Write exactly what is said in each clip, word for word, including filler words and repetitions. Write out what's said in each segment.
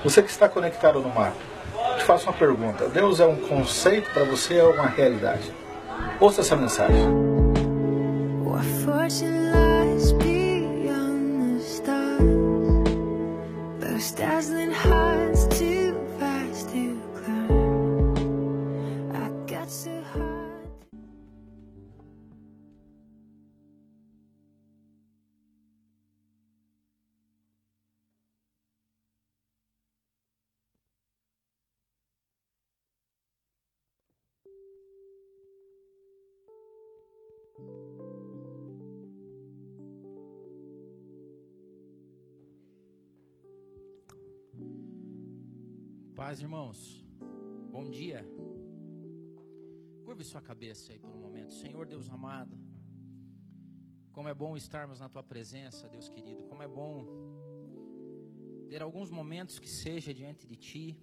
Você que está conectado no mar, te faço uma pergunta. Deus é um conceito para você ou é uma realidade? Ouça essa mensagem. What fortune lies beyond the stars? Those dazzling heights too fast to climb. I got so hard. Paz, irmãos, bom dia. Curve sua cabeça aí por um momento. Senhor Deus amado, como é bom estarmos na Tua presença, Deus querido. Como é bom ter alguns momentos que seja diante de Ti,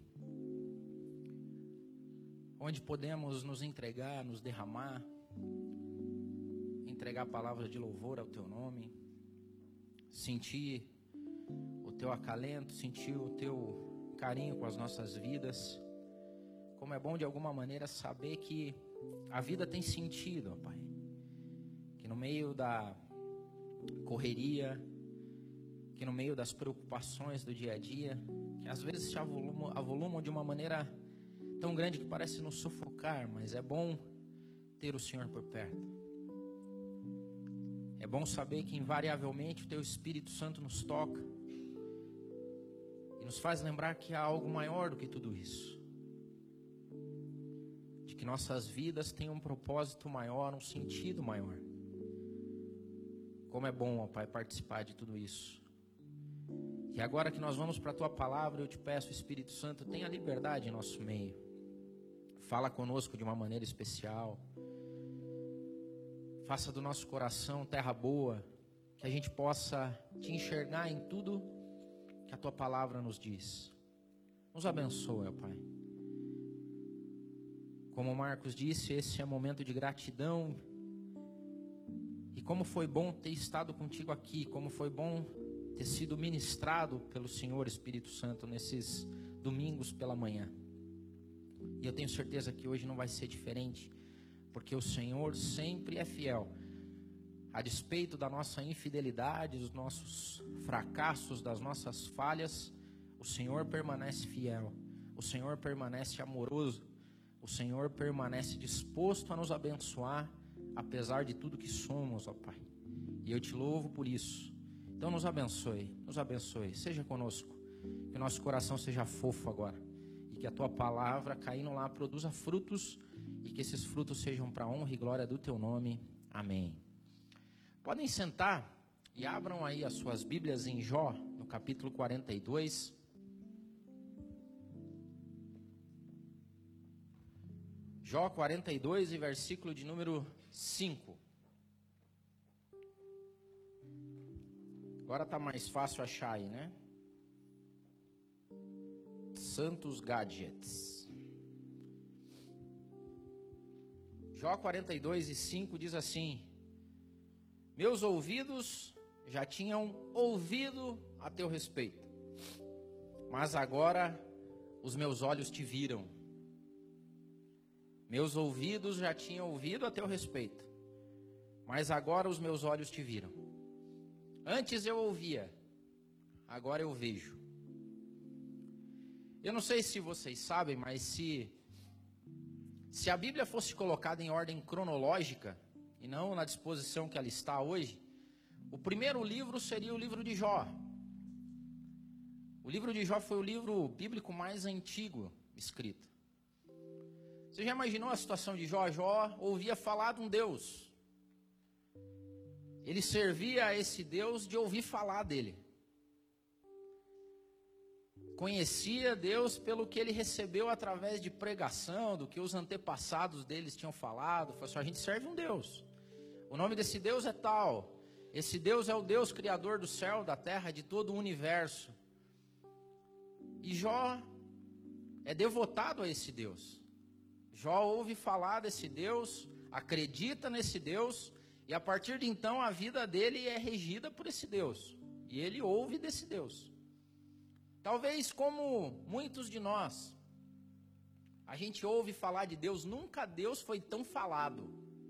onde podemos nos entregar, nos derramar, entregar palavras de louvor ao Teu nome, sentir o Teu acalento, sentir o Teu carinho com as nossas vidas. Como é bom de alguma maneira saber que a vida tem sentido, ó Pai, que no meio da correria, que no meio das preocupações do dia a dia, que às vezes se avolumam, avolumam de uma maneira tão grande que parece nos sufocar, mas é bom ter o Senhor por perto. É bom saber que invariavelmente o Teu Espírito Santo nos toca e nos faz lembrar que há algo maior do que tudo isso. De que nossas vidas têm um propósito maior, um sentido maior. Como é bom, ó Pai, participar de tudo isso. E agora que nós vamos para a Tua palavra, eu te peço, Espírito Santo, tenha liberdade em nosso meio. Fala conosco de uma maneira especial. Faça do nosso coração terra boa, que a gente possa te enxergar em tudo que a Tua palavra nos diz. Nos abençoa, ó Pai. Como Marcos disse, esse é momento de gratidão. E como foi bom ter estado contigo aqui, como foi bom ter sido ministrado pelo Senhor Espírito Santo nesses domingos pela manhã. E eu tenho certeza que hoje não vai ser diferente, porque o Senhor sempre é fiel. A despeito da nossa infidelidade, dos nossos fracassos, das nossas falhas, o Senhor permanece fiel, o Senhor permanece amoroso, o Senhor permanece disposto a nos abençoar, apesar de tudo que somos, ó Pai. E eu te louvo por isso. Então nos abençoe, nos abençoe, seja conosco, que o nosso coração seja fofo agora, e que a Tua palavra caindo lá produza frutos, e que esses frutos sejam para a honra e glória do Teu nome. Amém. Podem sentar e abram aí as suas Bíblias em Jó, no capítulo quarenta e dois. Jó quarenta e dois e versículo de número cinco. Agora está mais fácil achar aí, né? Santos Gadgets. Jó quarenta e dois e cinco diz assim: meus ouvidos já tinham ouvido a teu respeito, mas agora os meus olhos te viram. Meus ouvidos já tinham ouvido a teu respeito, mas agora os meus olhos te viram. Antes eu ouvia, agora eu vejo. Eu não sei se vocês sabem, mas se, se a Bíblia fosse colocada em ordem cronológica, e não na disposição que ela está hoje, o primeiro livro seria o livro de Jó. O livro de Jó foi o livro bíblico mais antigo escrito. Você já imaginou a situação de Jó? Jó ouvia falar de um Deus. Ele servia a esse Deus de ouvir falar dele. Conhecia Deus pelo que ele recebeu através de pregação, do que os antepassados deles tinham falado. Falou assim: a gente serve um Deus. O nome desse Deus é tal. Esse Deus é o Deus criador do céu, da terra, de todo o universo. E Jó é devotado a esse Deus. Jó ouve falar desse Deus, acredita nesse Deus, e a partir de então a vida dele é regida por esse Deus. E ele ouve desse Deus. Talvez como muitos de nós, a gente ouve falar de Deus, nunca Deus foi tão falado.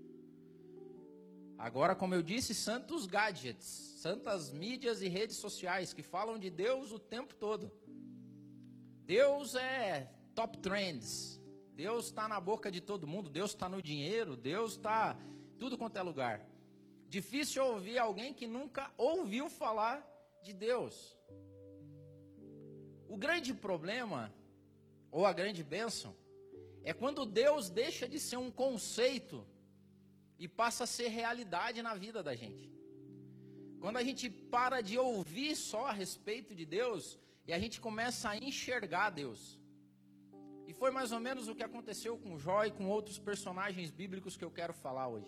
Agora, como eu disse, santos gadgets, santas mídias e redes sociais que falam de Deus o tempo todo. Deus é top trends, Deus está na boca de todo mundo, Deus está no dinheiro, Deus está tudo quanto é lugar. Difícil ouvir alguém que nunca ouviu falar de Deus. O grande problema, ou a grande bênção, é quando Deus deixa de ser um conceito e passa a ser realidade na vida da gente. Quando a gente para de ouvir só a respeito de Deus e a gente começa a enxergar Deus. E foi mais ou menos o que aconteceu com Jó e com outros personagens bíblicos que eu quero falar hoje.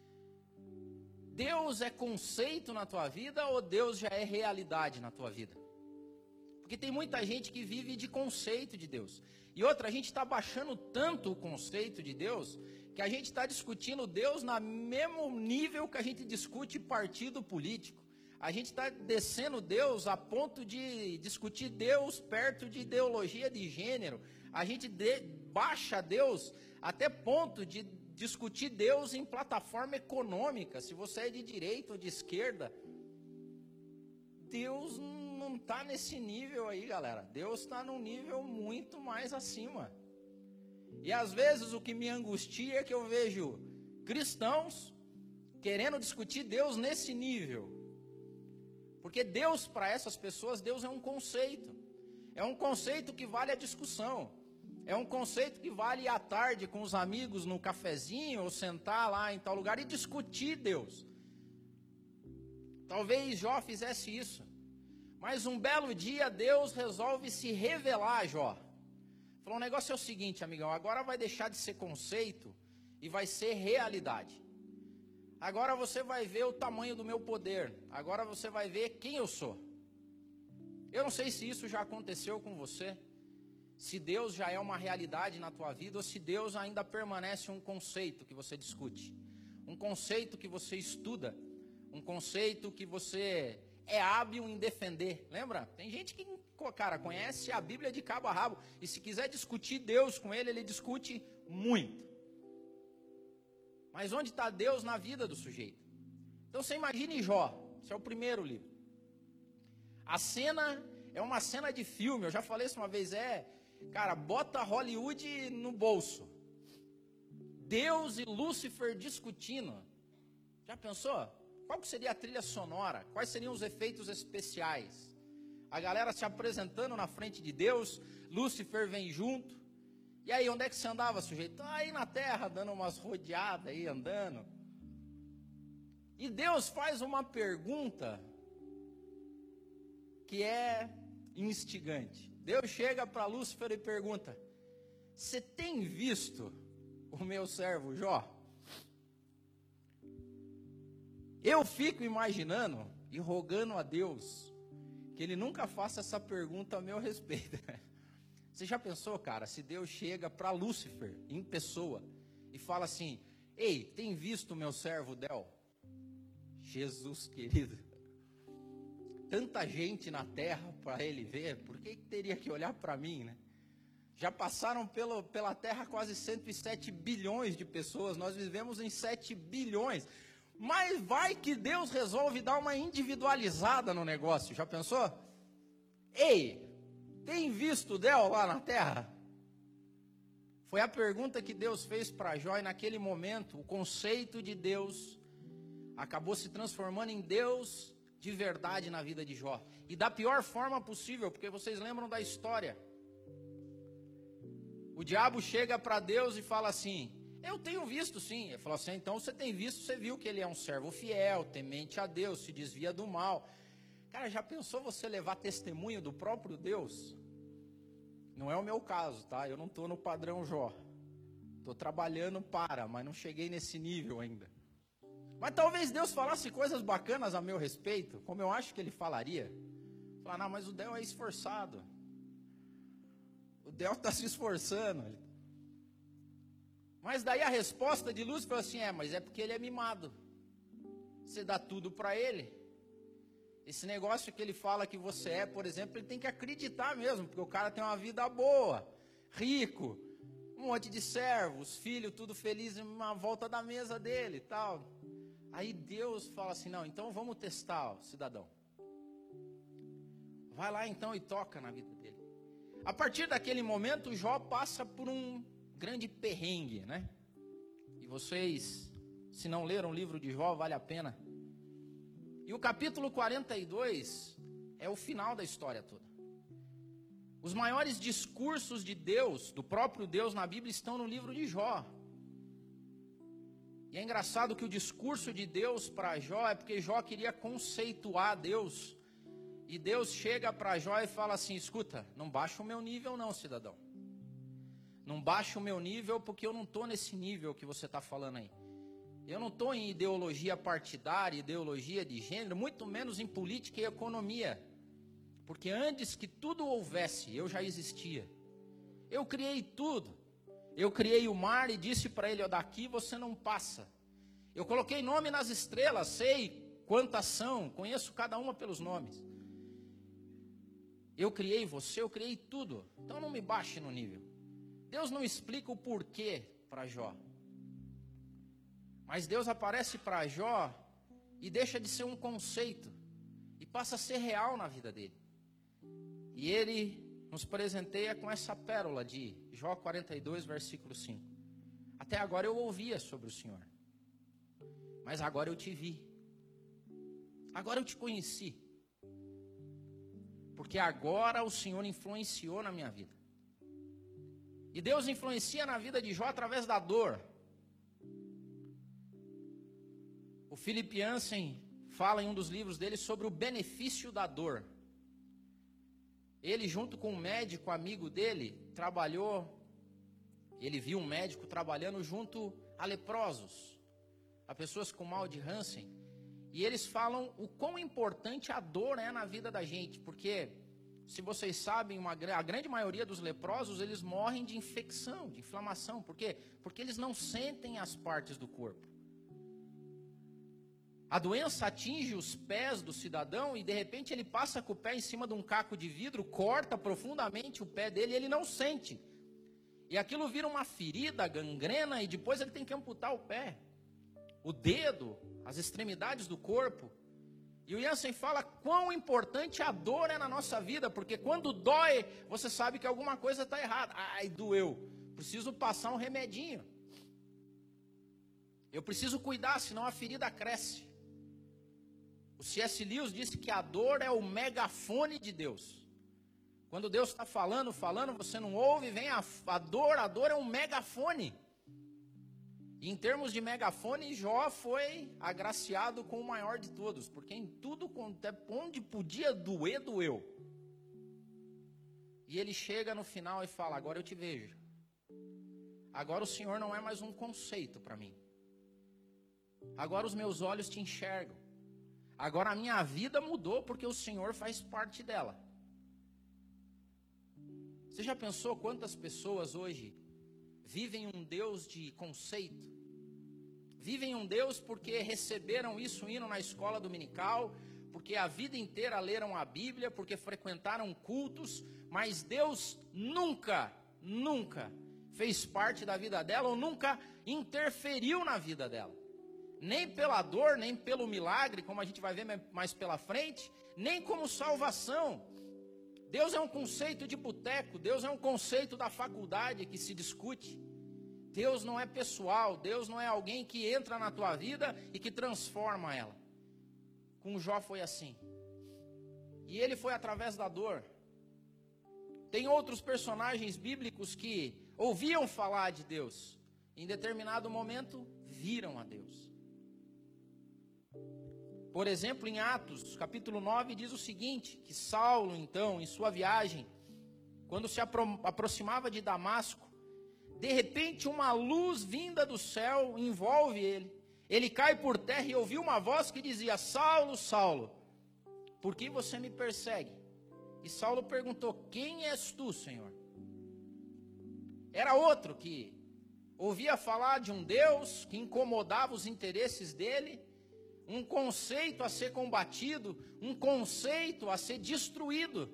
Deus é conceito na tua vida ou Deus já é realidade na tua vida? Porque tem muita gente que vive de conceito de Deus. E outra, a gente está baixando tanto o conceito de Deus, que a gente está discutindo Deus no mesmo nível que a gente discute partido político. A gente está descendo Deus a ponto de discutir Deus perto de ideologia de gênero. A gente de, baixa Deus até ponto de discutir Deus em plataforma econômica. Se você é de direita ou de esquerda, Deus não está nesse nível aí, galera. Deus está num nível muito mais acima. E às vezes o que me angustia é que eu vejo cristãos querendo discutir Deus nesse nível. Porque Deus, para essas pessoas, Deus é um conceito. É um conceito que vale a discussão. É um conceito que vale ir à tarde com os amigos no cafezinho ou sentar lá em tal lugar e discutir Deus. Talvez Jó fizesse isso. Mas um belo dia Deus resolve se revelar a Jó. Falou, o negócio é o seguinte, amigão, agora vai deixar de ser conceito e vai ser realidade. Agora você vai ver o tamanho do meu poder. Agora você vai ver quem eu sou. Eu não sei se isso já aconteceu com você. Se Deus já é uma realidade na tua vida ou se Deus ainda permanece um conceito que você discute. Um conceito que você estuda. Um conceito que você é hábil em defender. Lembra? Tem gente que, cara, conhece a Bíblia de cabo a rabo. E se quiser discutir Deus com ele, ele discute muito. Mas onde está Deus na vida do sujeito? Então você imagine Jó. Esse é o primeiro livro. A cena é uma cena de filme. Eu já falei isso uma vez. É, cara, bota Hollywood no bolso. Deus e Lúcifer discutindo. Já pensou? Qual que seria a trilha sonora? Quais seriam os efeitos especiais? A galera se apresentando na frente de Deus, Lúcifer vem junto. E aí, onde é que você andava, sujeito? Aí na terra, dando umas rodeadas aí, andando. E Deus faz uma pergunta que é instigante. Deus chega para Lúcifer e pergunta, você tem visto o meu servo Jó? Eu fico imaginando e rogando a Deus que ele nunca faça essa pergunta a meu respeito. Você já pensou, cara, se Deus chega para Lúcifer em pessoa e fala assim, ei, tem visto o meu servo Del? Jesus querido, tanta gente na terra para ele ver, por que que teria que olhar para mim, né? Já passaram pelo, pela terra quase cento e sete bilhões de pessoas, nós vivemos em sete bilhões. Mas vai que Deus resolve dar uma individualizada no negócio, já pensou? Ei, tem visto Del lá na terra? Foi a pergunta que Deus fez para Jó e naquele momento o conceito de Deus acabou se transformando em Deus de verdade na vida de Jó. E da pior forma possível, porque vocês lembram da história. O diabo chega para Deus e fala assim, eu tenho visto sim. Ele falou assim, então você tem visto, você viu que ele é um servo fiel, temente a Deus, se desvia do mal. Cara, já pensou você levar testemunho do próprio Deus? Não é o meu caso, tá? Eu não estou no padrão Jó. Estou trabalhando para, mas não cheguei nesse nível ainda. Mas talvez Deus falasse coisas bacanas a meu respeito, como eu acho que ele falaria. Falar, não, mas o Del é esforçado. O Del está se esforçando. Mas daí a resposta de Lúcifer foi assim, é, mas é porque ele é mimado. Você dá tudo para ele. Esse negócio que ele fala que você é, por exemplo, ele tem que acreditar mesmo, porque o cara tem uma vida boa, rico, um monte de servos, filho, tudo feliz, uma volta da mesa dele e tal. Aí Deus fala assim, não, então vamos testar, ó, cidadão. Vai lá então e toca na vida dele. A partir daquele momento, Jó passa por um grande perrengue, né? E vocês, se não leram o livro de Jó, vale a pena. E o capítulo quarenta e dois é o final da história toda. Os maiores discursos de Deus, do próprio Deus na Bíblia, estão no livro de Jó. E é engraçado que o discurso de Deus para Jó é porque Jó queria conceituar Deus. E Deus chega para Jó e fala assim, escuta, não baixa o meu nível não, cidadão. Não baixa o meu nível porque eu não estou nesse nível que você está falando aí. Eu não estou em ideologia partidária, ideologia de gênero, muito menos em política e economia. Porque antes que tudo houvesse, eu já existia. Eu criei tudo. Eu criei o mar e disse para ele, ó, daqui você não passa. Eu coloquei nome nas estrelas, sei quantas são, conheço cada uma pelos nomes. Eu criei você, eu criei tudo. Então não me baixe no nível. Deus não explica o porquê para Jó. Mas Deus aparece para Jó e deixa de ser um conceito e passa a ser real na vida dele. E ele nos presenteia com essa pérola de Jó quarenta e dois, versículo cinco. Até agora eu ouvia sobre o Senhor, mas agora eu te vi. Agora eu te conheci. Porque agora o Senhor influenciou na minha vida. E Deus influencia na vida de Jó através da dor. O Philip Yancey fala em um dos livros dele sobre o benefício da dor. Ele, junto com um médico amigo dele, trabalhou, ele viu um médico trabalhando junto a leprosos, a pessoas com mal de Hansen. E eles falam o quão importante a dor é na vida da gente, porque, se vocês sabem, uma, a grande maioria dos leprosos, eles morrem de infecção, de inflamação. Por quê? Porque eles não sentem as partes do corpo. A doença atinge os pés do cidadão e de repente ele passa com o pé em cima de um caco de vidro, corta profundamente o pé dele e ele não sente. E aquilo vira uma ferida, gangrena, e depois ele tem que amputar o pé, o dedo, as extremidades do corpo. E o Jansen fala quão importante a dor é na nossa vida, porque quando dói, você sabe que alguma coisa está errada. Ai, doeu, preciso passar um remedinho. Eu preciso cuidar, senão a ferida cresce. O C S Lewis disse que a dor é o megafone de Deus. Quando Deus está falando, falando, você não ouve, vem a, a dor, a dor é um megafone. E em termos de megafone, Jó foi agraciado com o maior de todos, porque em tudo onde podia doer, doeu. E ele chega no final e fala, agora eu te vejo. Agora o Senhor não é mais um conceito para mim. Agora os meus olhos te enxergam. Agora a minha vida mudou porque o Senhor faz parte dela. Você já pensou quantas pessoas hoje vivem um Deus de conceito? Vivem um Deus porque receberam isso indo na escola dominical, porque a vida inteira leram a Bíblia, porque frequentaram cultos, mas Deus nunca, nunca fez parte da vida dela ou nunca interferiu na vida dela. Nem pela dor, nem pelo milagre, como a gente vai ver mais pela frente, nem como salvação. Deus é um conceito de boteco, Deus é um conceito da faculdade que se discute. Deus não é pessoal, Deus não é alguém que entra na tua vida e que transforma ela. Com Jó foi assim. E ele foi através da dor. Tem outros personagens bíblicos que ouviam falar de Deus. Em determinado momento, viram a Deus. Por exemplo, em Atos, capítulo nove, diz o seguinte, que Saulo, então, em sua viagem, quando se apro- aproximava de Damasco, de repente uma luz vinda do céu envolve ele. Ele cai por terra e ouviu uma voz que dizia, Saulo, Saulo, por que você me persegue? E Saulo perguntou, quem és tu, Senhor? Era outro que ouvia falar de um Deus que incomodava os interesses dele, um conceito a ser combatido, um conceito a ser destruído.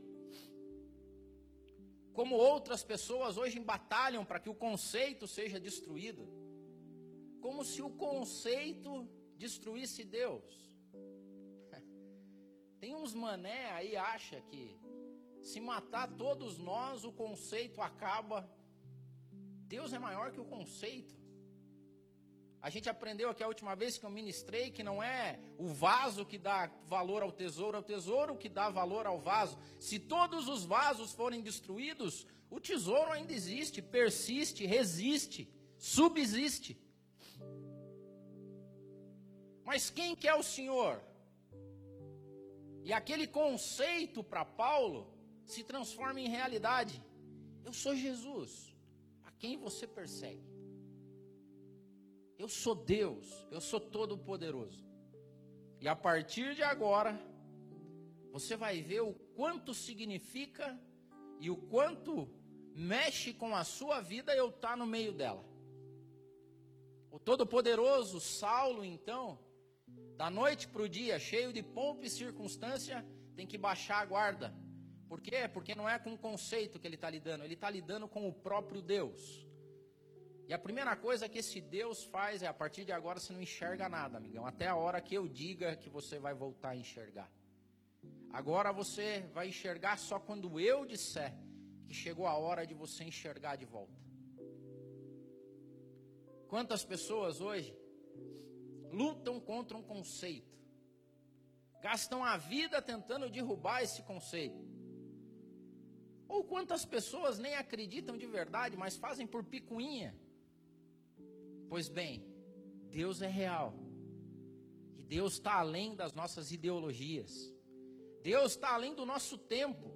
Como outras pessoas hoje batalham para que o conceito seja destruído. Como se o conceito destruísse Deus. Tem uns mané aí acha que se matar todos nós, o conceito acaba. Deus é maior que o conceito. A gente aprendeu aqui a última vez que eu ministrei que não é o vaso que dá valor ao tesouro, é o tesouro que dá valor ao vaso. Se todos os vasos forem destruídos, o tesouro ainda existe, persiste, resiste, subsiste. Mas quem que é o Senhor? E aquele conceito para Paulo se transforma em realidade. Eu sou Jesus, a quem você persegue. Eu sou Deus, eu sou todo-poderoso. E a partir de agora, você vai ver o quanto significa e o quanto mexe com a sua vida eu estar no meio dela. O todo-poderoso Saulo, então, da noite para o dia, cheio de pompa e circunstância, tem que baixar a guarda. Por quê? Porque não é com o conceito que ele está lidando, ele está lidando com o próprio Deus. E a primeira coisa que esse Deus faz é, a partir de agora você não enxerga nada, amigão, até a hora que eu diga que você vai voltar a enxergar. Agora você vai enxergar só quando eu disser que chegou a hora de você enxergar de volta. Quantas pessoas hoje lutam contra um conceito, gastam a vida tentando derrubar esse conceito. Ou quantas pessoas nem acreditam de verdade, mas fazem por picuinha. Pois bem, Deus é real. E Deus está além das nossas ideologias. Deus está além do nosso tempo.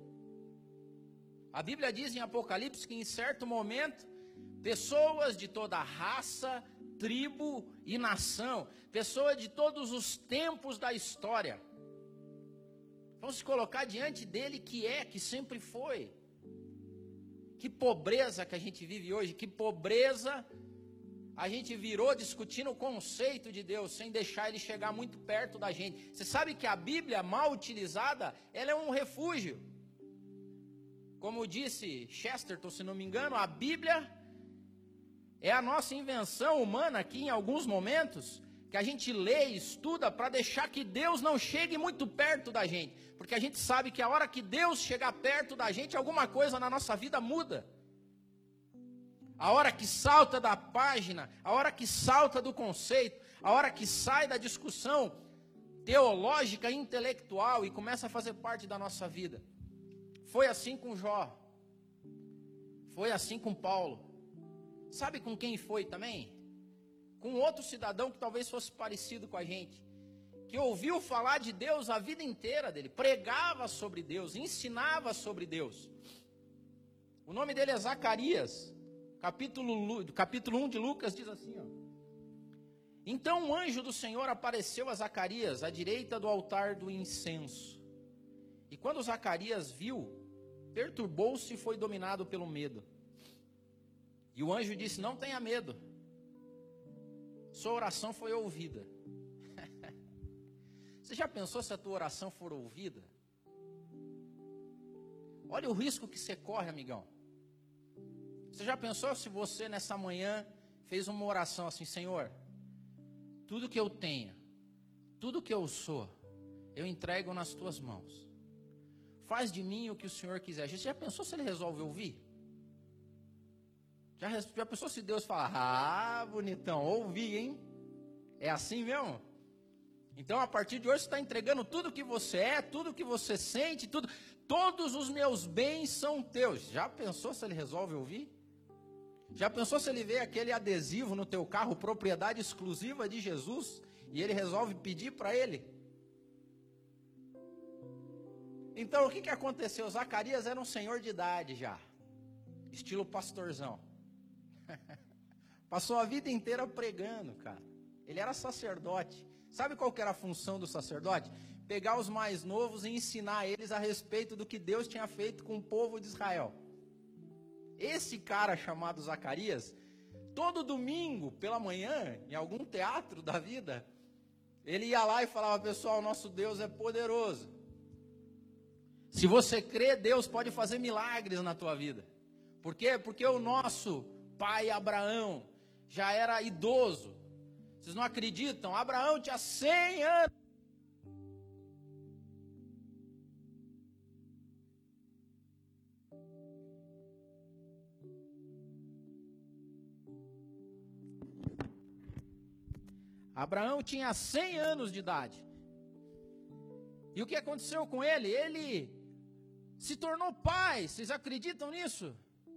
A Bíblia diz em Apocalipse que em certo momento, pessoas de toda raça, tribo e nação, pessoas de todos os tempos da história, vão se colocar diante dele que é, que sempre foi. Que pobreza que a gente vive hoje, que pobreza a gente virou discutindo o conceito de Deus, sem deixar ele chegar muito perto da gente. Você sabe que a Bíblia mal utilizada, ela é um refúgio. Como disse Chesterton, se não me engano, a Bíblia é a nossa invenção humana aqui em alguns momentos, que a gente lê e estuda para deixar que Deus não chegue muito perto da gente. Porque a gente sabe que a hora que Deus chegar perto da gente, alguma coisa na nossa vida muda. A hora que salta da página, a hora que salta do conceito, a hora que sai da discussão teológica e intelectual e começa a fazer parte da nossa vida. Foi assim com Jó. Foi assim com Paulo. Sabe com quem foi também? Com outro cidadão que talvez fosse parecido com a gente, que ouviu falar de Deus a vida inteira dele, pregava sobre Deus, ensinava sobre Deus. O nome dele é Zacarias. Capítulo, capítulo um de Lucas diz assim, ó. Então um anjo do Senhor apareceu a Zacarias à direita do altar do incenso. E quando Zacarias viu, perturbou-se e foi dominado pelo medo. E o anjo disse, não tenha medo. Sua oração foi ouvida. Você já pensou se a tua oração for ouvida? Olha o risco que você corre, amigão. Você já pensou se você nessa manhã fez uma oração assim, Senhor, tudo que eu tenho, tudo que eu sou, eu entrego nas tuas mãos. Faz de mim o que o Senhor quiser. Você já pensou se ele resolve ouvir? Já, já pensou se Deus fala, ah, bonitão, ouvi, hein? É assim mesmo? Então, a partir de hoje, você está entregando tudo que você é, tudo que você sente, tudo, todos os meus bens são teus. Já pensou se ele resolve ouvir? Já pensou se ele vê aquele adesivo no teu carro, propriedade exclusiva de Jesus, e ele resolve pedir para ele? Então, o que, que aconteceu? Zacarias era um senhor de idade já, estilo pastorzão. Passou a vida inteira pregando, cara. Ele era sacerdote. Sabe qual que era a função do sacerdote? Pegar os mais novos e ensinar eles a respeito do que Deus tinha feito com o povo de Israel. Esse cara chamado Zacarias, todo domingo pela manhã, em algum teatro da vida, Ele ia lá e falava, pessoal, nosso Deus é poderoso. Se você crê, Deus pode fazer milagres na tua vida. Por quê? Porque o nosso pai Abraão já era idoso. Vocês não acreditam? Abraão tinha cem anos. Abraão tinha cem anos de idade. E o que aconteceu com ele? Ele se tornou pai. Vocês acreditam nisso?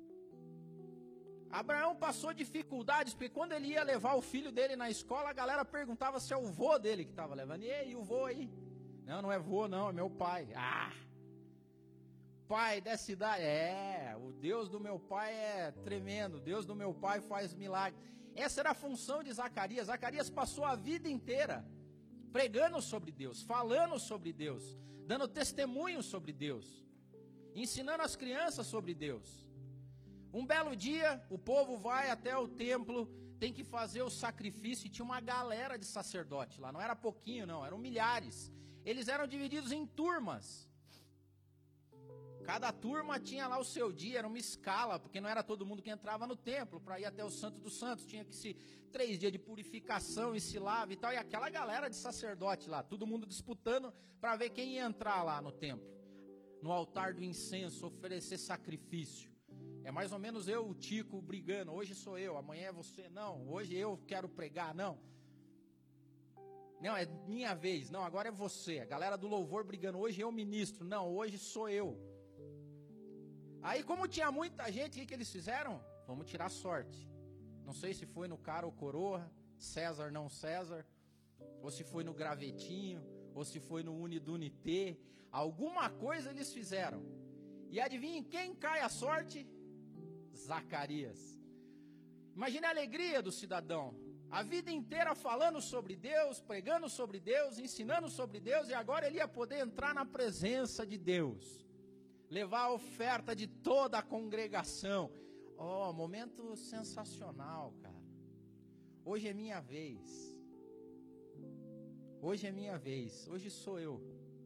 Abraão passou dificuldades, porque quando ele ia levar o filho dele na escola, a galera perguntava se é o vô dele que estava levando. E aí, o vô aí? Não, não é vô não, é meu pai. Ah! Pai dessa idade? É, o Deus do meu pai é tremendo. O Deus do meu pai faz milagres. Essa era a função de Zacarias. Zacarias passou a vida inteira pregando sobre Deus, falando sobre Deus, dando testemunho sobre Deus, ensinando as crianças sobre Deus. Um belo dia, o povo vai até o templo, tem que fazer o sacrifício, e tinha uma galera de sacerdote lá, não era pouquinho não, eram milhares. Eles eram divididos em turmas. Cada turma tinha lá o seu dia, era uma escala, porque não era todo mundo que entrava no templo, para ir até o Santo dos Santos, tinha que se, três dias de purificação e se lava e tal, e aquela galera de sacerdote lá, todo mundo disputando para ver quem ia entrar lá no templo, no altar do incenso, oferecer sacrifício. É mais ou menos eu, o Tico, brigando, hoje sou eu, amanhã é você, não, hoje eu quero pregar, não. Não, é minha vez, não, agora é você, a galera do louvor brigando, hoje eu ministro, não, hoje sou eu. Aí, como tinha muita gente, o que, que eles fizeram? Vamos tirar sorte. Não sei se foi no cara ou coroa, César não César, ou se foi no gravetinho, ou se foi no unidunité. Alguma coisa eles fizeram. E adivinhem quem cai a sorte? Zacarias. Imagine a alegria do cidadão. A vida inteira falando sobre Deus, pregando sobre Deus, ensinando sobre Deus, e agora ele ia poder entrar na presença de Deus. Levar a oferta de toda a congregação. Oh, momento sensacional, cara. Hoje é minha vez. Hoje é minha vez. Hoje sou eu.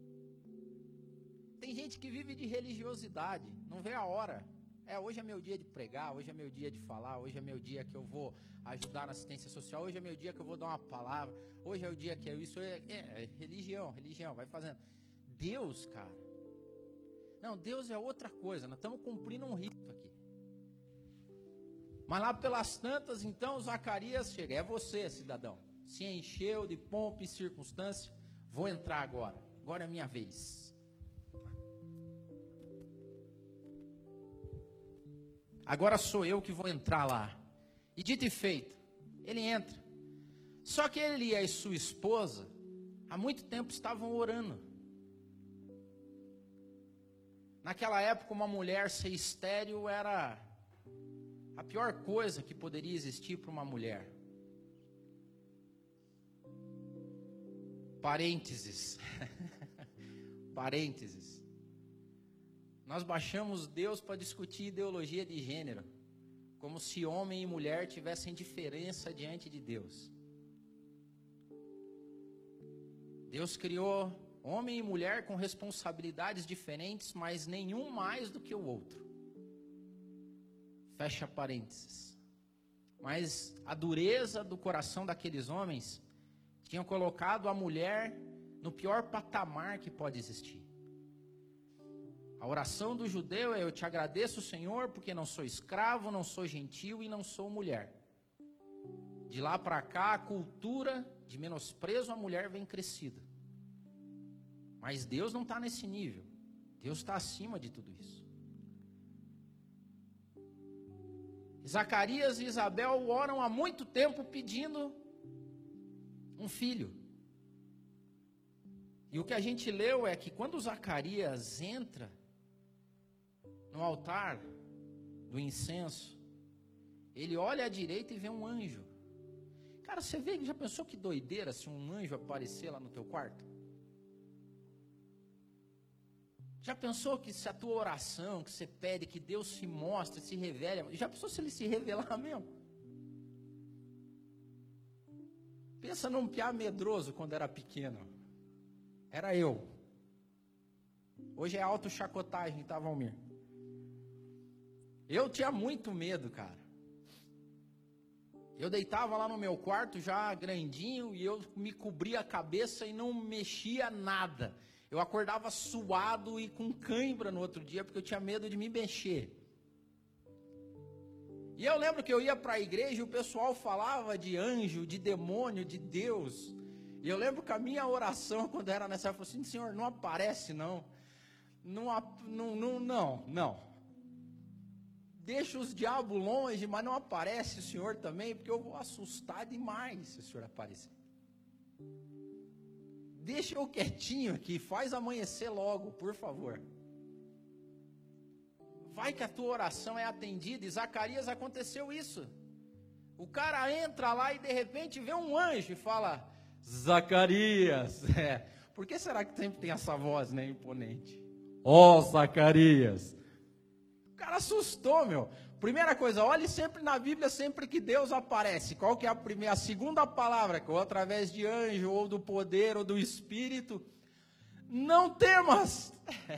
Tem gente que vive de religiosidade, não vê a hora. É, hoje é meu dia de pregar, hoje é meu dia de falar, hoje é meu dia que eu vou ajudar na assistência social, hoje é meu dia que eu vou dar uma palavra, hoje é o dia que é isso, é, é, é religião, religião, vai fazendo. Deus, cara, não, Deus é outra coisa, nós estamos cumprindo um rito aqui. Mas lá pelas tantas, então, Zacarias chega, é você, cidadão, se encheu de pompa e circunstância, vou entrar agora, agora é minha vez. Agora sou eu que vou entrar lá. E dito e feito, ele entra. Só que ele e a sua esposa, há muito tempo estavam orando. Naquela época, uma mulher ser estéril era a pior coisa que poderia existir para uma mulher. Parênteses. Parênteses. Nós baixamos Deus para discutir ideologia de gênero, como se homem e mulher tivessem diferença diante de Deus. Deus criou homem e mulher com responsabilidades diferentes, mas nenhum mais do que o outro. Fecha parênteses. Mas a dureza do coração daqueles homens tinha colocado a mulher no pior patamar que pode existir. A oração do judeu é: eu te agradeço, Senhor, porque não sou escravo, não sou gentil e não sou mulher. De lá para cá, a cultura de menosprezo à mulher vem crescida. Mas Deus não está nesse nível. Deus está acima de tudo isso. Zacarias e Isabel oram há muito tempo pedindo um filho. E o que a gente leu é que quando Zacarias entra no altar do incenso, ele olha à direita e vê um anjo. Cara, você vê, já pensou que doideira se um anjo aparecer lá no teu quarto? Já pensou que se a tua oração, que você pede, que Deus se mostre, se revele, já pensou se ele se revelar mesmo? Pensa num piá medroso quando era pequeno. Era eu. Hoje é auto-chacotagem, tá, Valmir? Eu tinha muito medo, cara. Eu deitava lá no meu quarto já grandinho e eu me cobria a cabeça e não mexia nada. Eu acordava suado e com cãibra no outro dia porque eu tinha medo de me mexer. E eu lembro que eu ia para a igreja e o pessoal falava de anjo, de demônio, de Deus. E eu lembro que a minha oração quando era nessa época, eu falei assim, Senhor, não aparece não. Não, não, não, não, não. Deixa os diabos longe, mas não aparece o Senhor também, porque eu vou assustar demais se o Senhor aparecer. Deixa eu quietinho aqui, faz amanhecer logo, por favor. Vai que a tua oração é atendida. E Zacarias aconteceu isso. O cara entra lá e de repente vê um anjo e fala, Zacarias. É, por que será que sempre tem essa voz, né, imponente? Ó, oh, Zacarias. O cara assustou, meu. Primeira coisa, olhe sempre na Bíblia, sempre que Deus aparece. Qual que é a primeira, a segunda palavra? Ou através de anjo, ou do poder, ou do Espírito. Não temas.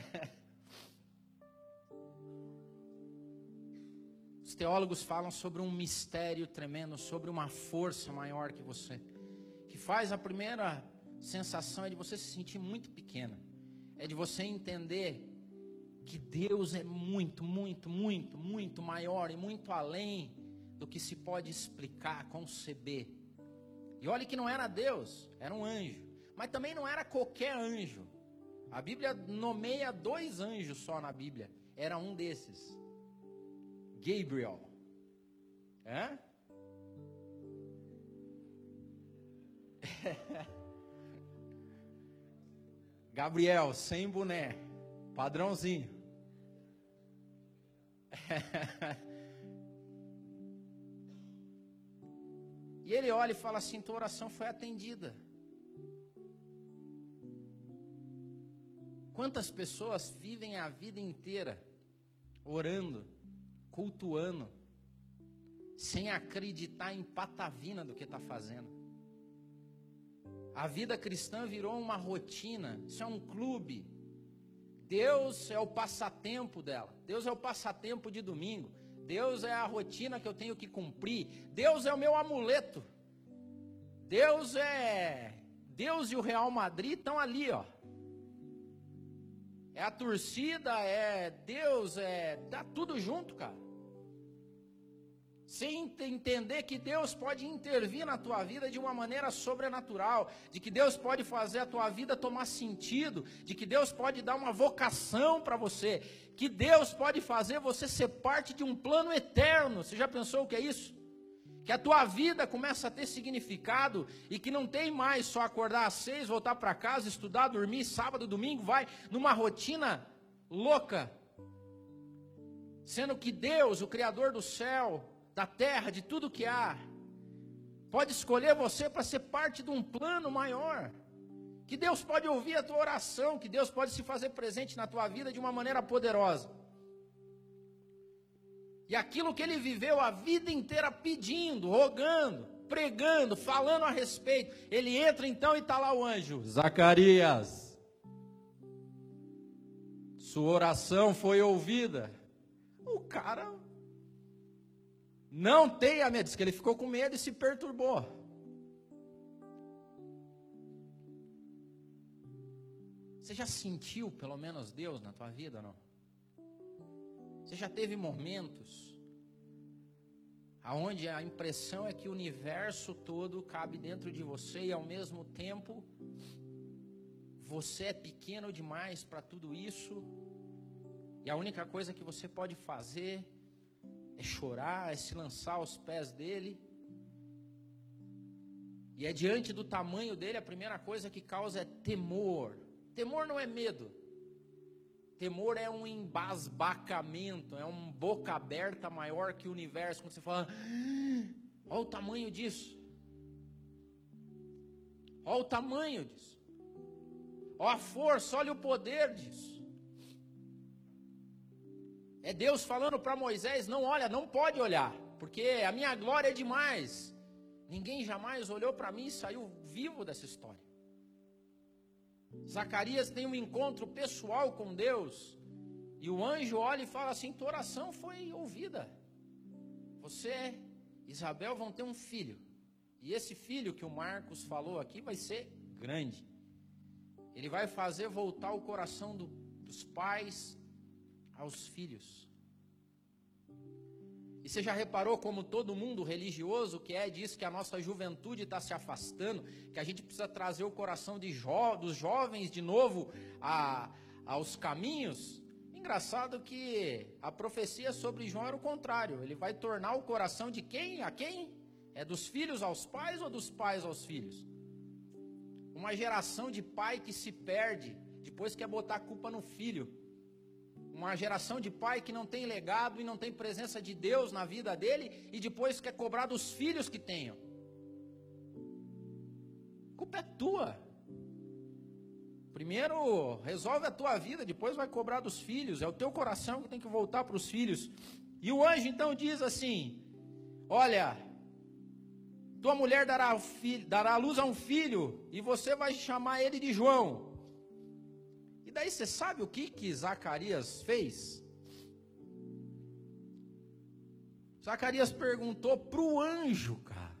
Os teólogos falam sobre um mistério tremendo, sobre uma força maior que você. Que faz a primeira sensação é de você se sentir muito pequeno. É de você entender que Deus é muito, muito, muito, muito maior e muito além do que se pode explicar, conceber. E olha que não era Deus, era um anjo. Mas também não era qualquer anjo. A Bíblia nomeia dois anjos só na Bíblia. Era um desses. Gabriel. É? Gabriel, sem boné. Padrãozinho. E ele olha e fala assim, tua oração foi atendida. Quantas pessoas vivem a vida inteira orando, cultuando, sem acreditar em patavina do que está fazendo? A vida cristã virou uma rotina, isso é um clube. Deus é o passatempo dela, Deus é o passatempo de domingo, Deus é a rotina que eu tenho que cumprir, Deus é o meu amuleto, Deus é, Deus e o Real Madrid estão ali, ó. É a torcida, é Deus, é, tá tudo junto, cara. Sem entender que Deus pode intervir na tua vida de uma maneira sobrenatural, de que Deus pode fazer a tua vida tomar sentido, de que Deus pode dar uma vocação para você, que Deus pode fazer você ser parte de um plano eterno. Você já pensou o que é isso? Que a tua vida começa a ter significado e que não tem mais só acordar às seis, voltar para casa, estudar, dormir, sábado, domingo, vai numa rotina louca. Sendo que Deus, o Criador do céu, da terra, de tudo que há, pode escolher você para ser parte de um plano maior, que Deus pode ouvir a tua oração, que Deus pode se fazer presente na tua vida de uma maneira poderosa, e aquilo que ele viveu a vida inteira pedindo, rogando, pregando, falando a respeito, ele entra então e está lá o anjo, Zacarias, sua oração foi ouvida. O cara não tenha medo, diz que ele ficou com medo e se perturbou. Você já sentiu pelo menos Deus na tua vida ou não? Você já teve momentos aonde a impressão é que o universo todo cabe dentro de você e ao mesmo tempo você é pequeno demais para tudo isso e a única coisa que você pode fazer é chorar, é se lançar aos pés dele. E é diante do tamanho dele, a primeira coisa que causa é temor. Temor não é medo. Temor é um embasbacamento, é uma boca aberta maior que o universo. Quando você fala, olha o tamanho disso. Olha o tamanho disso. Olha a força, olha o poder disso. É Deus falando para Moisés, não olha, não pode olhar, porque a minha glória é demais. Ninguém jamais olhou para mim e saiu vivo dessa história. Zacarias tem um encontro pessoal com Deus, e o anjo olha e fala assim: tua oração foi ouvida. Você e Isabel vão ter um filho, e esse filho que o Marcos falou aqui vai ser grande. Ele vai fazer voltar o coração do, dos pais aos filhos. E você já reparou como todo mundo religioso que é, diz que a nossa juventude está se afastando, que a gente precisa trazer o coração de jo, dos jovens de novo a, aos caminhos? Engraçado que a profecia sobre João era o contrário. Ele vai tornar o coração de quem? A quem? É dos filhos aos pais ou dos pais aos filhos? Uma geração de pai que se perde, depois quer botar a culpa no filho. Uma geração de pai que não tem legado e não tem presença de Deus na vida dele, e depois quer cobrar dos filhos que tenham. A culpa é tua. Primeiro resolve a tua vida, depois vai cobrar dos filhos. É o teu coração que tem que voltar para os filhos. E o anjo então diz assim: olha, tua mulher dará, filho, dará luz a um filho, e você vai chamar ele de João. E daí você sabe o que que Zacarias fez? Zacarias perguntou para o anjo, cara,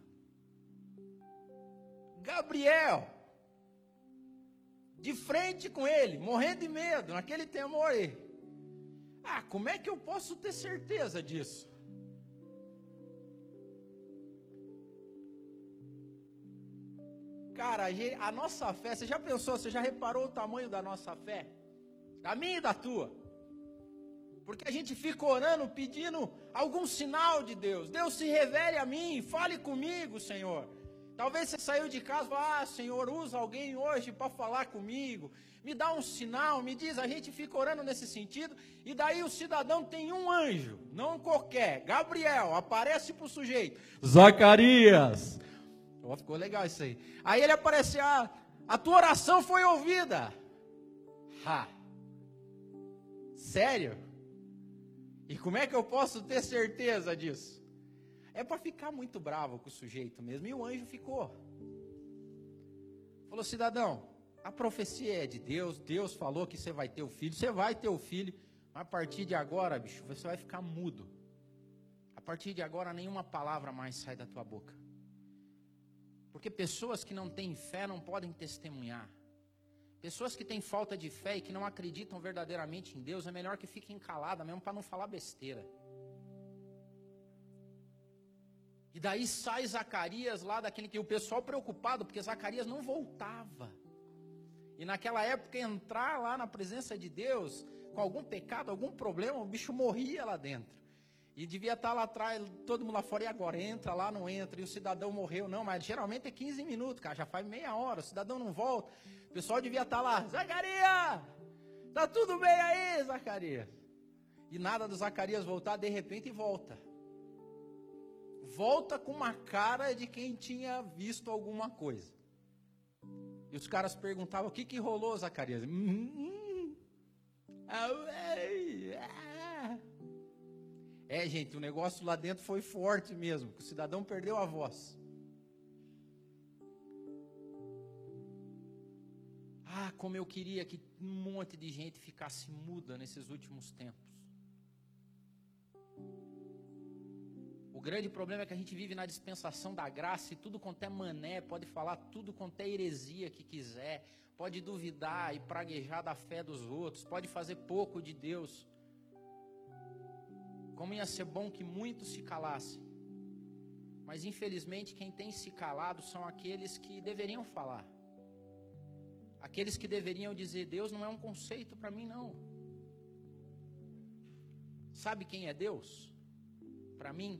Gabriel, de frente com ele, morrendo de medo, naquele temor aí: ah, como é que eu posso ter certeza disso? Cara, a nossa fé, você já pensou, você já reparou o tamanho da nossa fé? Da minha e da tua. Porque a gente fica orando, pedindo algum sinal de Deus. Deus, se revele a mim, fale comigo, Senhor. Talvez você saiu de casa e falou: ah, Senhor, usa alguém hoje para falar comigo. Me dá um sinal, me diz. A gente fica orando nesse sentido. E daí o cidadão tem um anjo, não qualquer, Gabriel, aparece para o sujeito: Zacarias. Oh, ficou legal isso aí. Aí ele aparece: ah, a tua oração foi ouvida. Ha. Sério? E como é que eu posso ter certeza disso? É para ficar muito bravo com o sujeito mesmo. E o anjo ficou. Falou: cidadão, a profecia é de Deus. Deus falou que você vai ter o filho. Você vai ter o filho. Mas a partir de agora, bicho, você vai ficar mudo. A partir de agora, nenhuma palavra mais sai da tua boca. Porque pessoas que não têm fé não podem testemunhar. Pessoas que têm falta de fé e que não acreditam verdadeiramente em Deus, é melhor que fiquem caladas mesmo para não falar besteira. E daí sai Zacarias lá daquele que o pessoal preocupado, porque Zacarias não voltava. E naquela época entrar lá na presença de Deus com algum pecado, algum problema, o bicho morria lá dentro. E devia estar lá atrás, todo mundo lá fora: e agora? Entra lá, não entra, e o cidadão morreu. Não, mas geralmente é quinze minutos, cara, já faz meia hora, o cidadão não volta. O pessoal devia estar lá: Zacarias, tá tudo bem aí, Zacarias? E nada do Zacarias voltar, de repente volta. Volta com uma cara de quem tinha visto alguma coisa. E os caras perguntavam: o que que rolou, Zacarias? Hum, hum, ah, ah. É, gente, o negócio lá dentro foi forte mesmo, que o cidadão perdeu a voz. Ah, como eu queria que um monte de gente ficasse muda nesses últimos tempos. O grande problema é que a gente vive na dispensação da graça e tudo quanto é mané, pode falar tudo quanto é heresia que quiser, pode duvidar e praguejar da fé dos outros, pode fazer pouco de Deus. Como ia ser bom que muitos se calassem. Mas infelizmente quem tem se calado são aqueles que deveriam falar. Aqueles que deveriam dizer: Deus não é um conceito para mim não. Sabe quem é Deus? Para mim,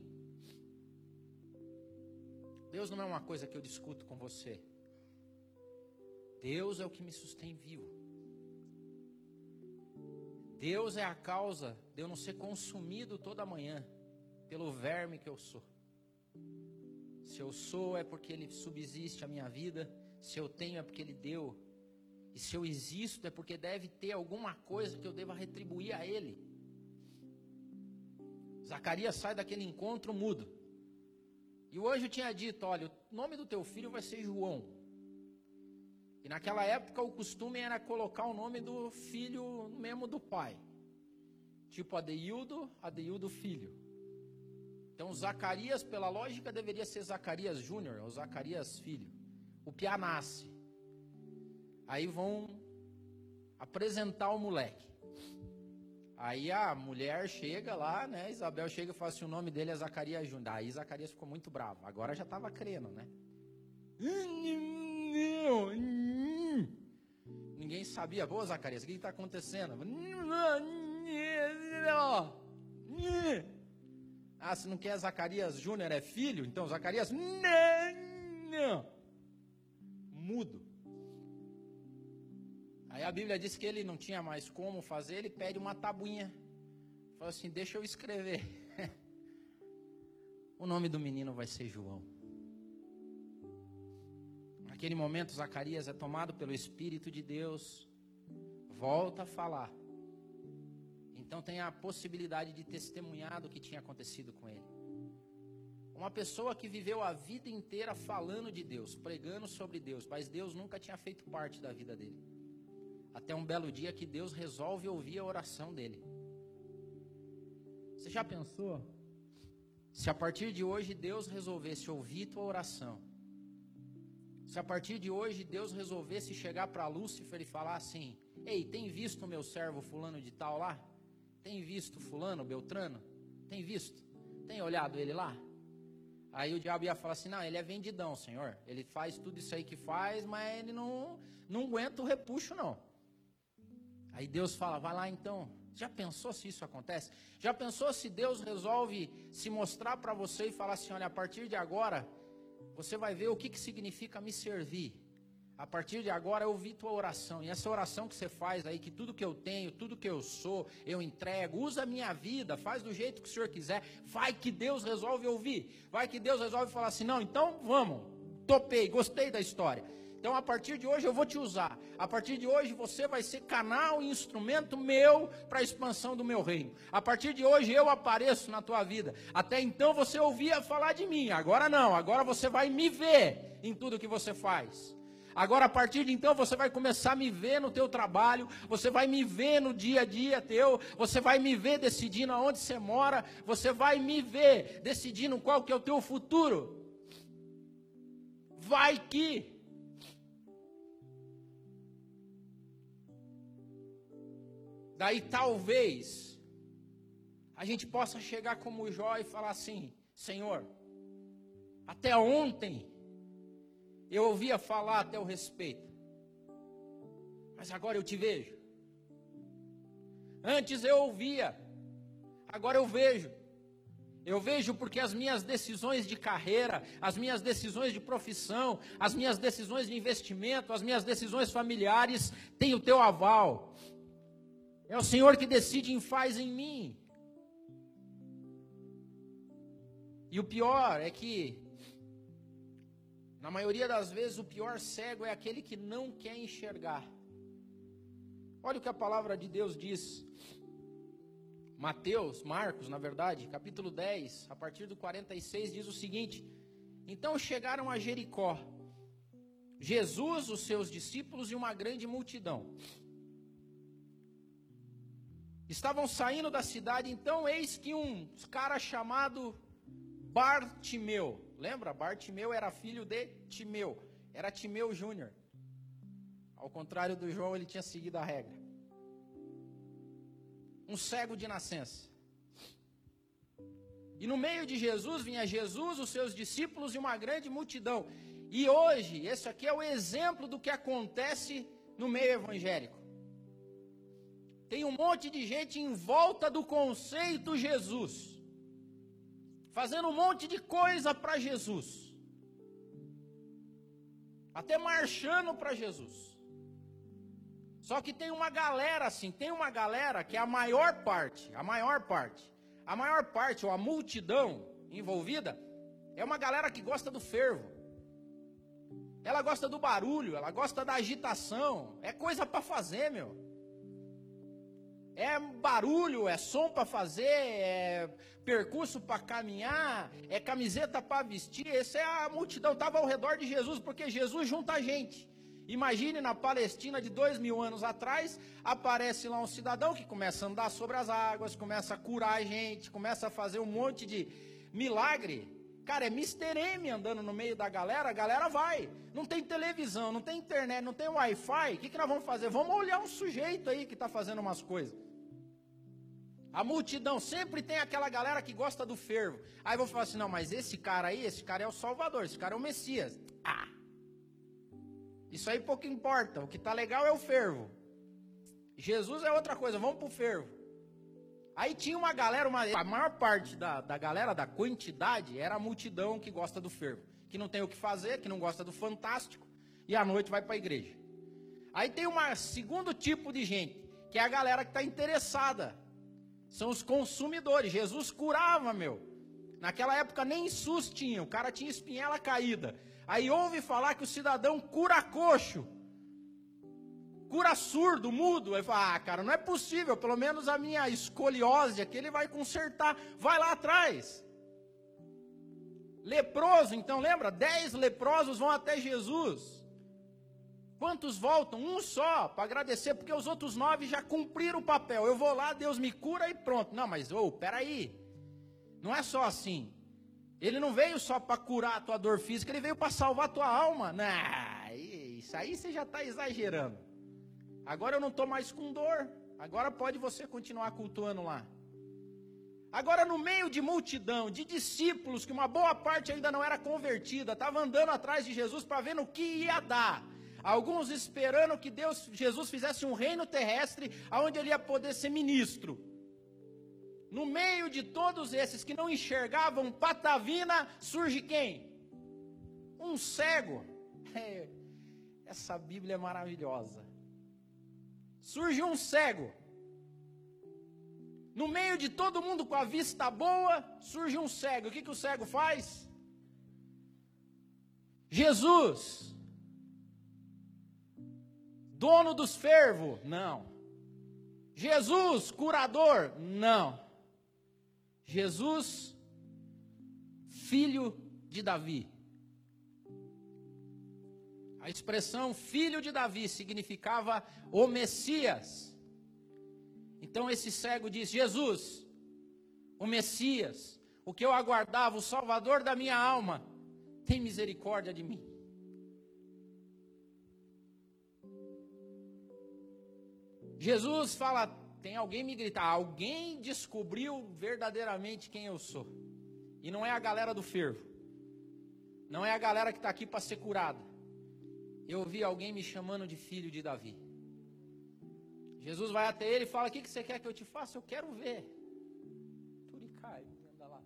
Deus não é uma coisa que eu discuto com você. Deus é o que me sustém vivo. Deus é a causa de eu não ser consumido toda manhã pelo verme que eu sou. Se eu sou é porque Ele subsiste a minha vida. Se eu tenho é porque Ele deu. E se eu existo é porque deve ter alguma coisa que eu deva retribuir a Ele. Zacarias sai daquele encontro mudo. E o anjo tinha dito, olha, o nome do teu filho vai ser João. E naquela época o costume era colocar o nome do filho mesmo do pai. Tipo Adeildo, Adeildo filho. Então Zacarias, pela lógica, deveria ser Zacarias Júnior, ou Zacarias filho. O piá nasce. Aí vão apresentar o moleque. Aí a mulher chega lá, né? Isabel chega e fala assim, o nome dele é Zacarias Júnior. Aí Zacarias ficou muito bravo. Agora já estava crendo, né? Ninguém sabia. Pô, Zacarias, o que está acontecendo? Ah, se não quer Zacarias Júnior, é filho? Então Zacarias mudo. Aí a Bíblia diz que ele não tinha mais como fazer, ele pede uma tabuinha. Fala assim, deixa eu escrever. O nome do menino vai ser João. Naquele momento, Zacarias é tomado pelo Espírito de Deus, volta a falar. Então tem a possibilidade de testemunhar do que tinha acontecido com ele. Uma pessoa que viveu a vida inteira falando de Deus, pregando sobre Deus, mas Deus nunca tinha feito parte da vida dele. Até um belo dia que Deus resolve ouvir a oração dele. Você já pensou? Se a partir de hoje Deus resolvesse ouvir tua oração, se a partir de hoje Deus resolvesse chegar para Lúcifer e falar assim, ei, tem visto o meu servo fulano de tal lá? Tem visto fulano, Beltrano? Tem visto? Tem olhado ele lá? Aí o diabo ia falar assim, não, ele é vendidão, Senhor. Ele faz tudo isso aí que faz, mas ele não, não aguenta o repuxo, não. Aí Deus fala, vai lá então. Já pensou se isso acontece? Já pensou se Deus resolve se mostrar para você e falar assim, olha, a partir de agora, você vai ver o que, que significa me servir. A partir de agora eu ouvi tua oração. E essa oração que você faz aí, que tudo que eu tenho, tudo que eu sou, eu entrego, usa a minha vida, faz do jeito que o Senhor quiser. Vai que Deus resolve ouvir. Vai que Deus resolve falar assim, não, então vamos, topei, gostei da história. Então a partir de hoje eu vou te usar. A partir de hoje você vai ser canal e instrumento meu para a expansão do meu reino. A partir de hoje eu apareço na tua vida. Até então você ouvia falar de mim. Agora não, agora você vai me ver em tudo que você faz. Agora a partir de então você vai começar a me ver no teu trabalho. Você vai me ver no dia a dia teu. Você vai me ver decidindo aonde você mora. Você vai me ver decidindo qual que é o teu futuro. Vai que... Daí talvez a gente possa chegar como Jó e falar assim, Senhor, até ontem eu ouvia falar a teu respeito, mas agora eu te vejo. Antes eu ouvia, agora eu vejo. Eu vejo porque as minhas decisões de carreira, as minhas decisões de profissão, as minhas decisões de investimento, as minhas decisões familiares têm o teu aval. É o Senhor que decide e faz em mim. E o pior é que, na maioria das vezes, o pior cego é aquele que não quer enxergar. Olha o que a palavra de Deus diz. Mateus, Marcos, na verdade, capítulo dez, a partir do quarenta e seis, diz o seguinte. Então chegaram a Jericó, Jesus, os seus discípulos e uma grande multidão. Estavam saindo da cidade, então eis que um cara chamado Bartimeu, lembra? Bartimeu era filho de Timeu, era Timeu Júnior. Ao contrário do João, ele tinha seguido a regra. Um cego de nascença. E no meio de Jesus vinha Jesus, os seus discípulos e uma grande multidão. E hoje, esse aqui é o exemplo do que acontece no meio evangélico. Tem um monte de gente em volta do conceito Jesus, fazendo um monte de coisa para Jesus, até marchando para Jesus. Só que tem uma galera assim, tem uma galera que é a maior parte, a maior parte, a maior parte, ou a multidão envolvida, é uma galera que gosta do fervo. Ela gosta do barulho, ela gosta da agitação, é coisa para fazer, meu. É barulho, é som para fazer, é percurso para caminhar, é camiseta para vestir. Essa é a multidão, estava ao redor de Jesus, porque Jesus junta a gente. Imagine na Palestina de dois mil anos atrás, aparece lá um cidadão que começa a andar sobre as águas, começa a curar a gente, começa a fazer um monte de milagre. Cara, é mister M andando no meio da galera, a galera vai. Não tem televisão, não tem internet, não tem Wi-Fi. O que, que nós vamos fazer? Vamos olhar um sujeito aí que está fazendo umas coisas. A multidão, sempre tem aquela galera que gosta do fervo. Aí eu vou falar assim, não, mas esse cara aí, esse cara é o Salvador, esse cara é o Messias. Ah, isso aí pouco importa, o que está legal é o fervo. Jesus é outra coisa, vamos para o fervo. Aí tinha uma galera, uma, a maior parte da, da galera, da quantidade, era a multidão que gosta do fervo. Que não tem o que fazer, que não gosta do fantástico, e à noite vai para a igreja. Aí tem um segundo tipo de gente, que é a galera que está interessada. São os consumidores. Jesus curava, meu. Naquela época nem S U S tinha, o cara tinha espinhela caída. Aí ouve falar que o cidadão cura coxo, cura surdo, mudo. Aí fala, ah, cara, não é possível, pelo menos a minha escoliose aqui ele vai consertar. Vai lá atrás. Leproso, então lembra? Dez leprosos vão até Jesus. Quantos voltam? Um só, para agradecer, porque os outros nove já cumpriram o papel. Eu vou lá, Deus me cura e pronto. Não, mas, ô, peraí. Não é só assim. Ele não veio só para curar a tua dor física, ele veio para salvar a tua alma. Não, isso aí você já está exagerando. Agora eu não estou mais com dor. Agora pode você continuar cultuando lá. Agora no meio de multidão, de discípulos, que uma boa parte ainda não era convertida, estava andando atrás de Jesus para ver no que ia dar. Alguns esperando que Deus, Jesus fizesse um reino terrestre, onde ele ia poder ser ministro. No meio de todos esses que não enxergavam patavina, surge quem? Um cego. É, essa Bíblia é maravilhosa. Surge um cego. No meio de todo mundo com a vista boa, surge um cego. O que, que o cego faz? Jesus, dono dos fervos? Não. Jesus, curador? Não. Jesus, filho de Davi. A expressão filho de Davi significava o Messias. Então esse cego diz, Jesus, o Messias, o que eu aguardava, o Salvador da minha alma, tem misericórdia de mim. Jesus fala, tem alguém me gritar, alguém descobriu verdadeiramente quem eu sou. E não é a galera do fervo. Não é a galera que está aqui para ser curada. Eu ouvi alguém me chamando de filho de Davi. Jesus vai até ele e fala, o que, que você quer que eu te faça? Eu quero ver. Turicai, anda lá.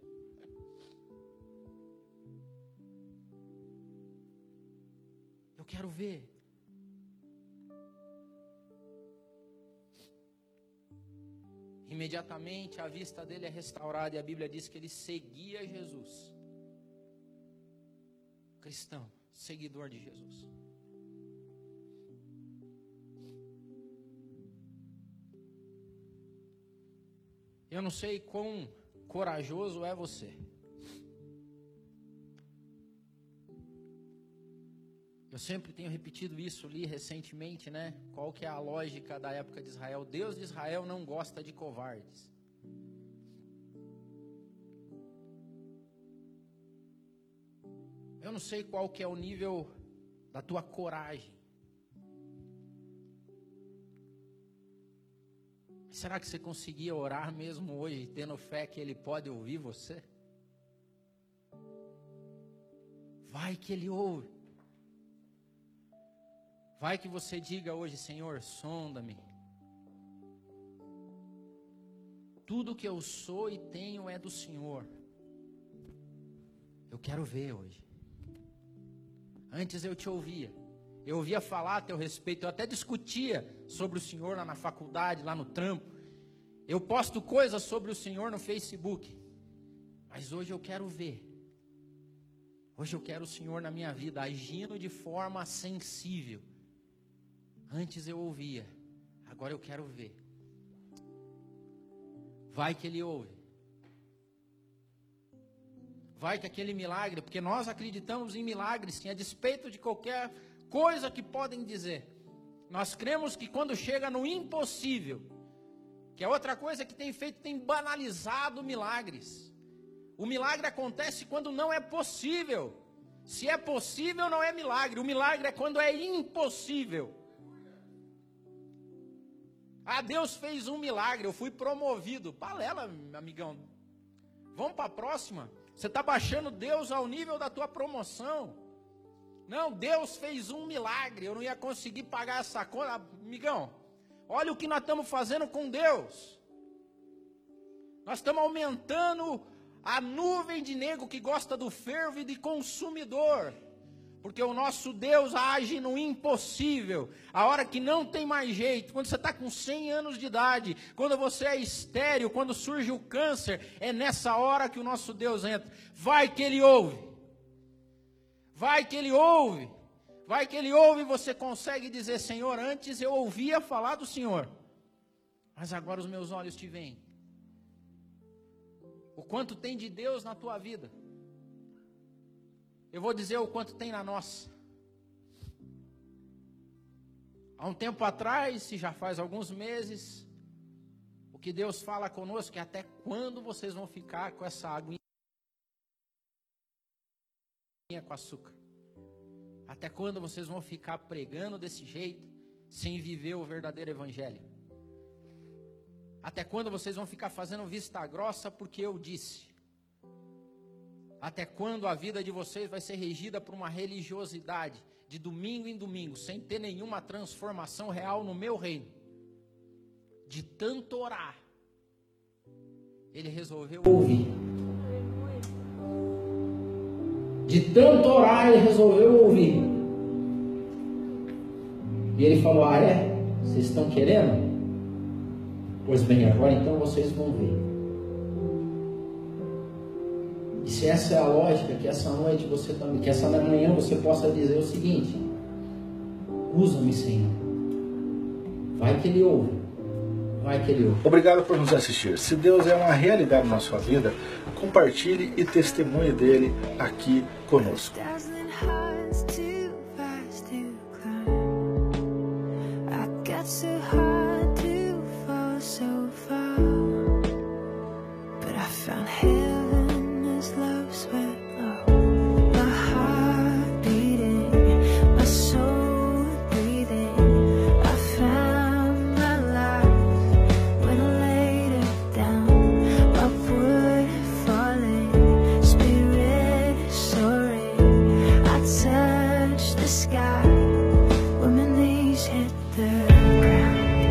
Eu quero ver. Imediatamente a vista dele é restaurada e a Bíblia diz que ele seguia Jesus. Cristão, seguidor de Jesus. Eu não sei quão corajoso é você. Eu sempre tenho repetido isso, li recentemente, né? Qual que é a lógica da época de Israel? Deus de Israel não gosta de covardes. Eu não sei qual que é o nível da tua coragem. Será que você conseguia orar mesmo hoje, tendo fé que Ele pode ouvir você? Vai que Ele ouve. Vai que você diga hoje, Senhor, sonda-me. Tudo que eu sou e tenho é do Senhor. Eu quero ver hoje. Antes eu te ouvia. Eu ouvia falar a teu respeito, eu até discutia sobre o Senhor lá na faculdade, lá no trampo. Eu posto coisas sobre o Senhor no Facebook. Mas hoje eu quero ver. Hoje eu quero o Senhor na minha vida, agindo de forma sensível. Antes eu ouvia, agora eu quero ver. Vai que ele ouve. Vai que aquele milagre, porque nós acreditamos em milagres, sim, a despeito de qualquer coisa que podem dizer. Nós cremos que quando chega no impossível, que é outra coisa que tem feito, tem banalizado milagres. O milagre acontece quando não é possível. Se é possível, não é milagre. O milagre é quando é impossível. Ah, Deus fez um milagre, eu fui promovido. Balela, amigão. Vamos para a próxima. Você está baixando Deus ao nível da tua promoção. Não, Deus fez um milagre, eu não ia conseguir pagar essa conta. Amigão, olha o que nós estamos fazendo com Deus. Nós estamos aumentando a nuvem de nego que gosta do fervo e de consumidor. Porque o nosso Deus age no impossível. A hora que não tem mais jeito. Quando você está com cem anos de idade. Quando você é estéril. Quando surge o câncer. É nessa hora que o nosso Deus entra. Vai que Ele ouve. Vai que Ele ouve. Vai que Ele ouve e você consegue dizer: Senhor, antes eu ouvia falar do Senhor. Mas agora os meus olhos te veem. O quanto tem de Deus na tua vida. Eu vou dizer o quanto tem na nossa. Há um tempo atrás, se já faz alguns meses, o que Deus fala conosco é: até quando vocês vão ficar com essa aguinha com açúcar? Até quando vocês vão ficar pregando desse jeito, sem viver o verdadeiro evangelho? Até quando vocês vão ficar fazendo vista grossa porque eu disse? Até quando a vida de vocês vai ser regida por uma religiosidade de domingo em domingo, sem ter nenhuma transformação real no meu reino? De tanto orar, Ele resolveu ouvir. De tanto orar, Ele resolveu ouvir. E Ele falou: ah, é? Vocês estão querendo? Pois bem, agora então vocês vão ver. E se essa é a lógica, que essa noite você também, que essa manhã você possa dizer o seguinte: usa-me, Senhor. Vai que Ele ouve. Vai que Ele ouve. Obrigado por nos assistir. Se Deus é uma realidade na sua vida, compartilhe e testemunhe dele aqui conosco. Dazzling heights too fast to climb. I got so hard to fall so far, but I found heaven as love swept low. My heart beating, my soul breathing. I found my life when I laid it down. Upward falling, spirit soaring. I touched the sky when my knees hit the ground.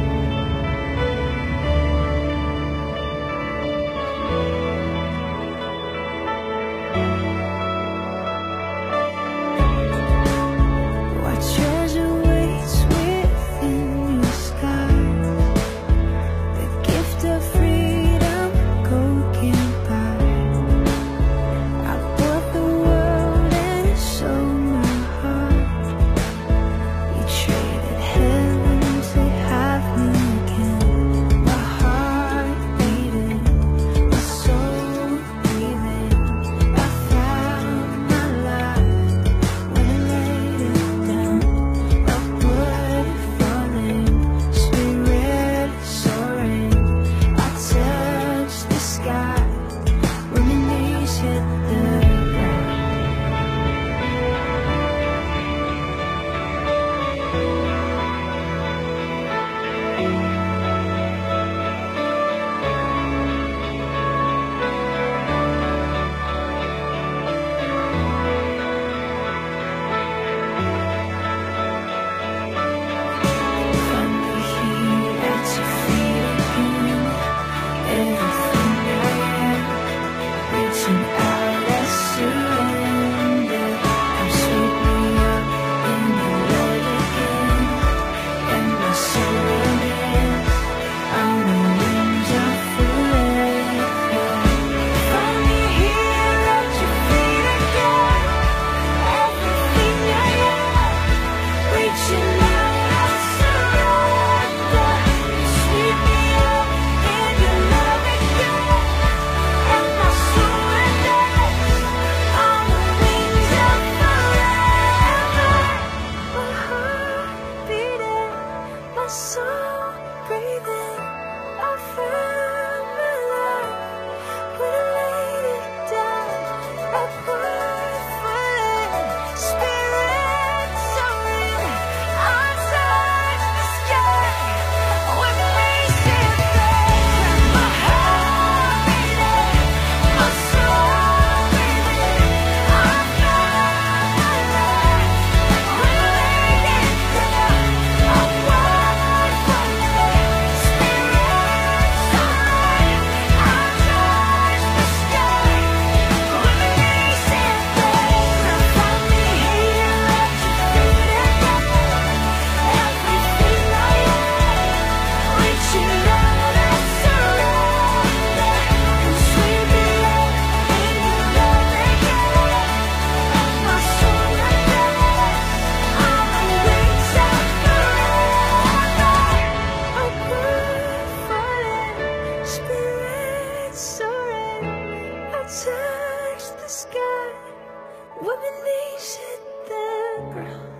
touch the sky, when the leaves hit the ground.